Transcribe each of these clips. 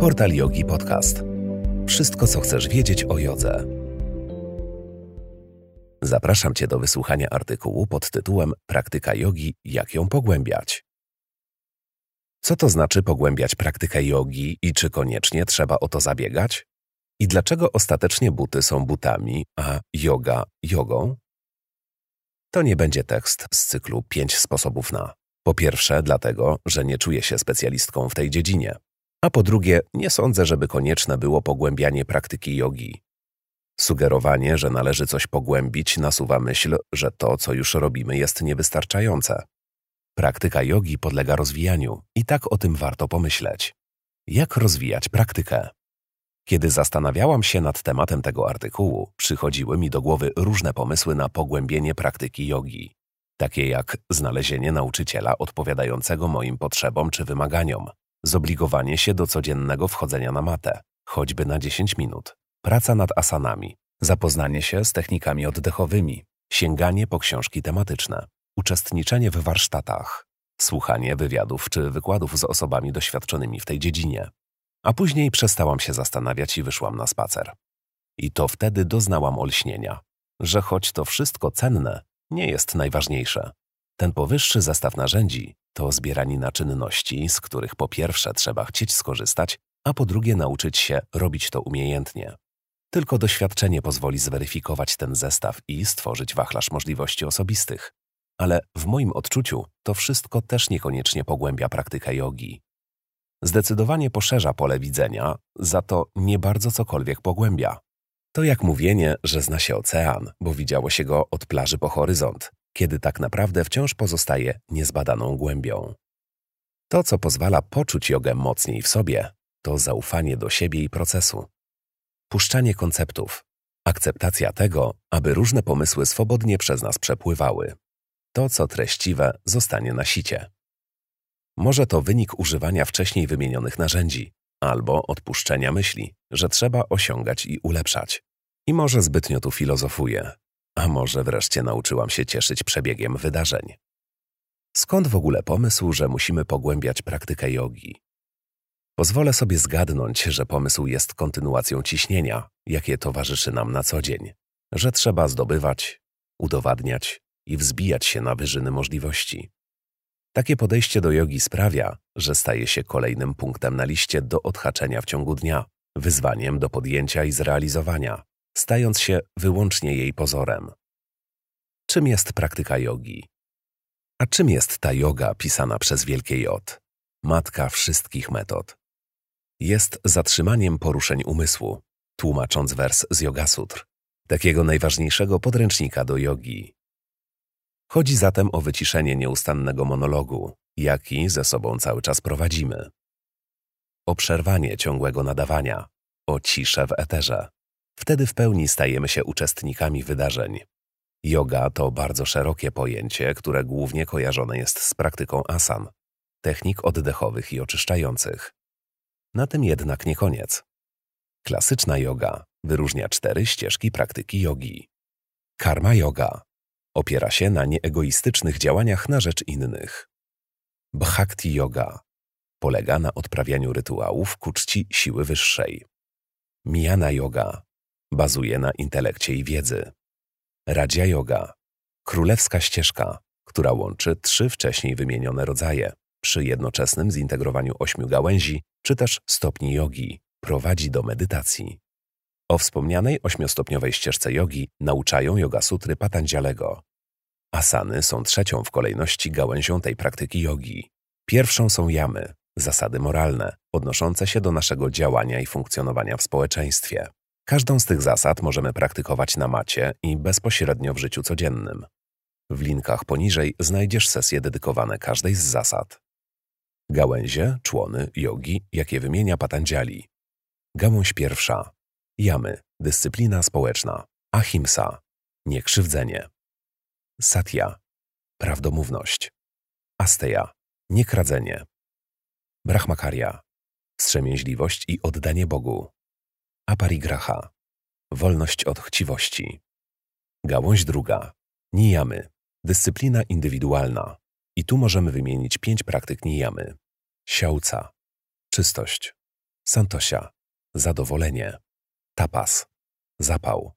Portal Yogi Podcast. Wszystko, co chcesz wiedzieć o jodze. Zapraszam Cię do wysłuchania artykułu pod tytułem Praktyka jogi – jak ją pogłębiać? Co to znaczy pogłębiać praktykę jogi i czy koniecznie trzeba o to zabiegać? I dlaczego ostatecznie buty są butami, a yoga jogą? To nie będzie tekst z cyklu 5 sposobów na. Po pierwsze, dlatego, że nie czuję się specjalistką w tej dziedzinie. A po drugie, nie sądzę, żeby konieczne było pogłębianie praktyki jogi. Sugerowanie, że należy coś pogłębić, nasuwa myśl, że to, co już robimy, jest niewystarczające. Praktyka jogi podlega rozwijaniu i tak o tym warto pomyśleć. Jak rozwijać praktykę? Kiedy zastanawiałam się nad tematem tego artykułu, przychodziły mi do głowy różne pomysły na pogłębienie praktyki jogi, takie jak znalezienie nauczyciela odpowiadającego moim potrzebom czy wymaganiom, zobligowanie się do codziennego wchodzenia na matę, choćby na 10 minut, praca nad asanami, zapoznanie się z technikami oddechowymi, sięganie po książki tematyczne, uczestniczenie w warsztatach, słuchanie wywiadów czy wykładów z osobami doświadczonymi w tej dziedzinie. A później przestałam się zastanawiać i wyszłam na spacer. I to wtedy doznałam olśnienia, że choć to wszystko cenne, nie jest najważniejsze. Ten powyższy zestaw narzędzi to zbieranina czynności, z których po pierwsze trzeba chcieć skorzystać, a po drugie nauczyć się robić to umiejętnie. Tylko doświadczenie pozwoli zweryfikować ten zestaw i stworzyć wachlarz możliwości osobistych. Ale w moim odczuciu to wszystko też niekoniecznie pogłębia praktykę jogi. Zdecydowanie poszerza pole widzenia, za to nie bardzo cokolwiek pogłębia. To jak mówienie, że zna się ocean, bo widziało się go od plaży po horyzont, kiedy tak naprawdę wciąż pozostaje niezbadaną głębią. To, co pozwala poczuć jogę mocniej w sobie, to zaufanie do siebie i procesu. Puszczanie konceptów, akceptacja tego, aby różne pomysły swobodnie przez nas przepływały. To, co treściwe, zostanie na sicie. Może to wynik używania wcześniej wymienionych narzędzi, albo odpuszczenia myśli, że trzeba osiągać i ulepszać. I może zbytnio tu filozofuję, a może wreszcie nauczyłam się cieszyć przebiegiem wydarzeń. Skąd w ogóle pomysł, że musimy pogłębiać praktykę jogi? Pozwolę sobie zgadnąć, że pomysł jest kontynuacją ciśnienia, jakie towarzyszy nam na co dzień, że trzeba zdobywać, udowadniać i wzbijać się na wyżyny możliwości. Takie podejście do jogi sprawia, że staje się kolejnym punktem na liście do odhaczenia w ciągu dnia, wyzwaniem do podjęcia i zrealizowania, stając się wyłącznie jej pozorem. Czym jest praktyka jogi? A czym jest ta joga pisana przez wielkie J, matka wszystkich metod? Jest zatrzymaniem poruszeń umysłu, tłumacząc wers z Yoga Sutr, takiego najważniejszego podręcznika do jogi. Chodzi zatem o wyciszenie nieustannego monologu, jaki ze sobą cały czas prowadzimy. O przerwanie ciągłego nadawania, o ciszę w eterze. Wtedy w pełni stajemy się uczestnikami wydarzeń. Joga to bardzo szerokie pojęcie, które głównie kojarzone jest z praktyką asan, technik oddechowych i oczyszczających. Na tym jednak nie koniec. Klasyczna joga wyróżnia 4 ścieżki praktyki jogi. Karma yoga opiera się na nieegoistycznych działaniach na rzecz innych. Bhakti yoga polega na odprawianiu rytuałów ku czci siły wyższej. Jnana yoga bazuje na intelekcie i wiedzy. Raja yoga, królewska ścieżka, która łączy 3 wcześniej wymienione rodzaje, przy jednoczesnym zintegrowaniu 8 gałęzi czy też stopni jogi, prowadzi do medytacji. O wspomnianej 8-stopniowej ścieżce jogi nauczają Yoga Sutry Patanjalego. Asany są 3. w kolejności gałęzią tej praktyki jogi. Pierwszą są jamy, zasady moralne, odnoszące się do naszego działania i funkcjonowania w społeczeństwie. Każdą z tych zasad możemy praktykować na macie i bezpośrednio w życiu codziennym. W linkach poniżej znajdziesz sesje dedykowane każdej z zasad. Gałęzie, człony jogi, jakie wymienia Patanjali. Gałąź pierwsza. Jamy, dyscyplina społeczna. Ahimsa, niekrzywdzenie. Satya, prawdomówność. Asteya, niekradzenie. Brahmakarya, wstrzemięźliwość i oddanie Bogu. Aparigraha, wolność od chciwości. Gałąź druga. Niyamy, dyscyplina indywidualna. I tu możemy wymienić 5 praktyk niyamy. Siauca, czystość. Santosha – zadowolenie. Tapas – zapał.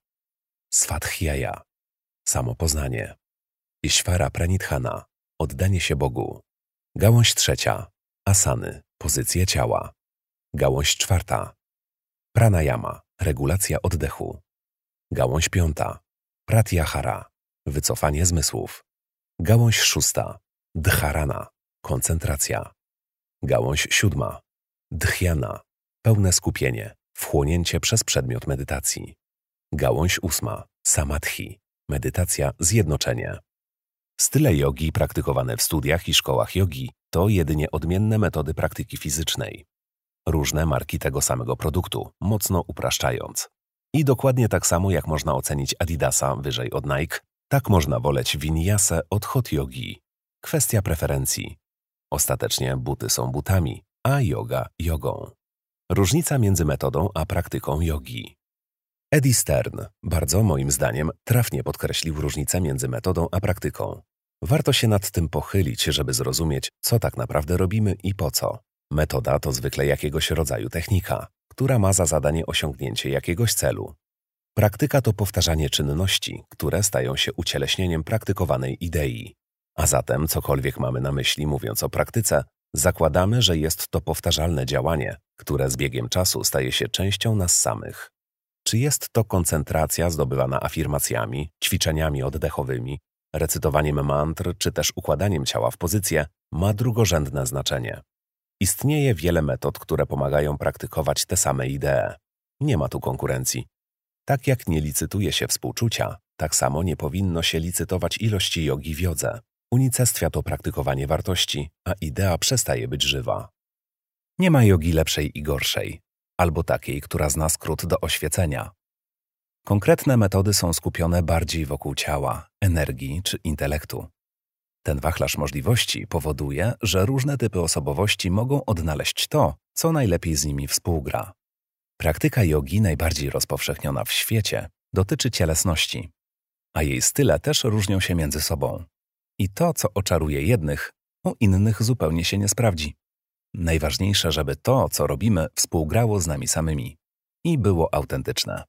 Svadhyaya – samopoznanie. Ishvara Pranidhana – oddanie się Bogu. Gałąź trzecia – asany – pozycje ciała. Gałąź czwarta – pranayama – regulacja oddechu. Gałąź piąta – pratyahara – wycofanie zmysłów. Gałąź szósta – dharana – koncentracja. Gałąź siódma – dhyana – pełne skupienie, wchłonięcie przez przedmiot medytacji. Gałąź ósma – samadhi – medytacja, zjednoczenie. Style jogi praktykowane w studiach i szkołach jogi to jedynie odmienne metody praktyki fizycznej. Różne marki tego samego produktu, mocno upraszczając. I dokładnie tak samo jak można ocenić Adidasa wyżej od Nike, tak można woleć Vinyasę od hot jogi. Kwestia preferencji. Ostatecznie buty są butami, a yoga jogą. Różnica między metodą a praktyką jogi. Eddie Stern bardzo, moim zdaniem, trafnie podkreślił różnicę między metodą a praktyką. Warto się nad tym pochylić, żeby zrozumieć, co tak naprawdę robimy i po co. Metoda to zwykle jakiegoś rodzaju technika, która ma za zadanie osiągnięcie jakiegoś celu. Praktyka to powtarzanie czynności, które stają się ucieleśnieniem praktykowanej idei. A zatem, cokolwiek mamy na myśli mówiąc o praktyce, zakładamy, że jest to powtarzalne działanie, które z biegiem czasu staje się częścią nas samych. Czy jest to koncentracja zdobywana afirmacjami, ćwiczeniami oddechowymi, recytowaniem mantr czy też układaniem ciała w pozycję, ma drugorzędne znaczenie. Istnieje wiele metod, które pomagają praktykować te same idee. Nie ma tu konkurencji. Tak jak nie licytuje się współczucia, tak samo nie powinno się licytować ilości jogi w jodze. Unicestwia to praktykowanie wartości, a idea przestaje być żywa. Nie ma jogi lepszej i gorszej, albo takiej, która zna skrót do oświecenia. Konkretne metody są skupione bardziej wokół ciała, energii czy intelektu. Ten wachlarz możliwości powoduje, że różne typy osobowości mogą odnaleźć to, co najlepiej z nimi współgra. Praktyka jogi, najbardziej rozpowszechniona w świecie, dotyczy cielesności, a jej style też różnią się między sobą. I to, co oczaruje jednych, u innych zupełnie się nie sprawdzi. Najważniejsze, żeby to, co robimy, współgrało z nami samymi i było autentyczne.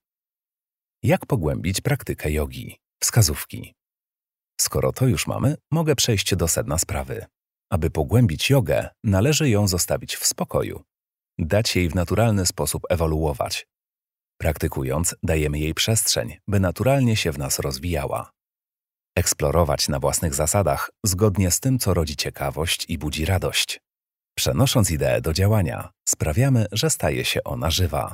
Jak pogłębić praktykę jogi? Wskazówki. Skoro to już mamy, mogę przejść do sedna sprawy. Aby pogłębić jogę, należy ją zostawić w spokoju. Dać jej w naturalny sposób ewoluować. Praktykując, dajemy jej przestrzeń, by naturalnie się w nas rozwijała. Eksplorować na własnych zasadach, zgodnie z tym, co rodzi ciekawość i budzi radość. Przenosząc ideę do działania, sprawiamy, że staje się ona żywa.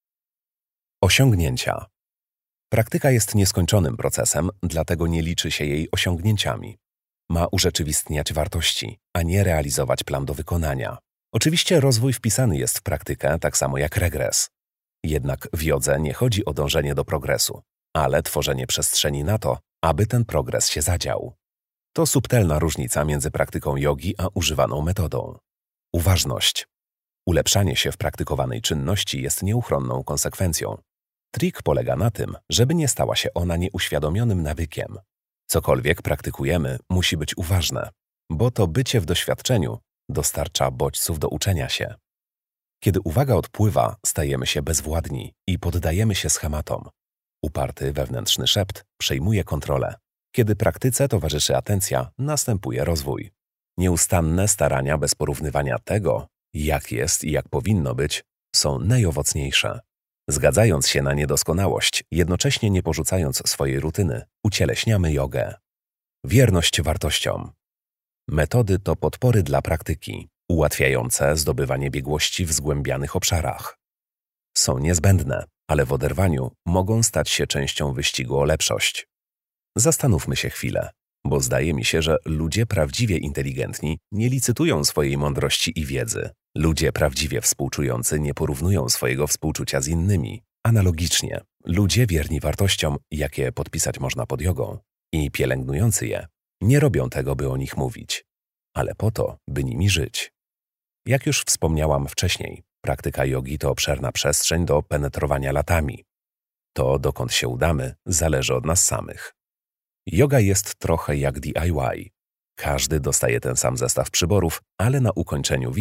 Osiągnięcia. Praktyka jest nieskończonym procesem, dlatego nie liczy się jej osiągnięciami. Ma urzeczywistniać wartości, a nie realizować plan do wykonania. Oczywiście rozwój wpisany jest w praktykę tak samo jak regres. Jednak w jodze nie chodzi o dążenie do progresu, ale tworzenie przestrzeni na to, aby ten progres się zadział. To subtelna różnica między praktyką jogi a używaną metodą. Uważność. Ulepszanie się w praktykowanej czynności jest nieuchronną konsekwencją. Trik polega na tym, żeby nie stała się ona nieuświadomionym nawykiem. Cokolwiek praktykujemy, musi być uważne, bo to bycie w doświadczeniu dostarcza bodźców do uczenia się. Kiedy uwaga odpływa, stajemy się bezwładni i poddajemy się schematom. Uparty wewnętrzny szept przejmuje kontrolę. Kiedy praktyce towarzyszy atencja, następuje rozwój. Nieustanne starania bez porównywania tego, jak jest i jak powinno być, są najowocniejsze. Zgadzając się na niedoskonałość, jednocześnie nie porzucając swojej rutyny, ucieleśniamy jogę. Wierność wartościom. Metody to podpory dla praktyki, ułatwiające zdobywanie biegłości w zgłębianych obszarach. Są niezbędne, ale w oderwaniu mogą stać się częścią wyścigu o lepszość. Zastanówmy się chwilę, bo zdaje mi się, że ludzie prawdziwie inteligentni nie licytują swojej mądrości i wiedzy. Ludzie prawdziwie współczujący nie porównują swojego współczucia z innymi. Analogicznie, ludzie wierni wartościom, jakie podpisać można pod jogą, i pielęgnujący je, nie robią tego, by o nich mówić, ale po to, by nimi żyć. Jak już wspomniałam wcześniej, praktyka jogi to obszerna przestrzeń do penetrowania latami. To, dokąd się udamy, zależy od nas samych. Joga jest trochę jak DIY. Każdy dostaje ten sam zestaw przyborów, ale na ukończeniu widać,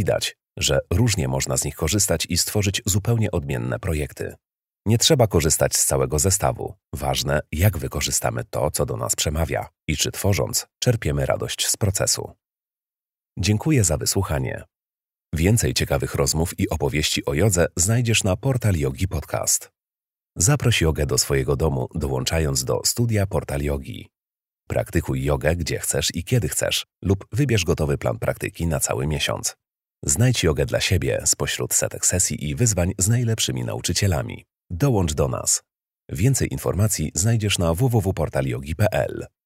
że różnie można z nich korzystać i stworzyć zupełnie odmienne projekty. Nie trzeba korzystać z całego zestawu. Ważne, jak wykorzystamy to, co do nas przemawia i czy tworząc, czerpiemy radość z procesu. Dziękuję za wysłuchanie. Więcej ciekawych rozmów i opowieści o jodze znajdziesz na Portal Yogi Podcast. Zaproś jogę do swojego domu, dołączając do studia Portal Yogi. Praktykuj jogę gdzie chcesz i kiedy chcesz lub wybierz gotowy plan praktyki na cały miesiąc. Znajdź jogę dla siebie spośród setek sesji i wyzwań z najlepszymi nauczycielami. Dołącz do nas. Więcej informacji znajdziesz na www.portalyogi.pl.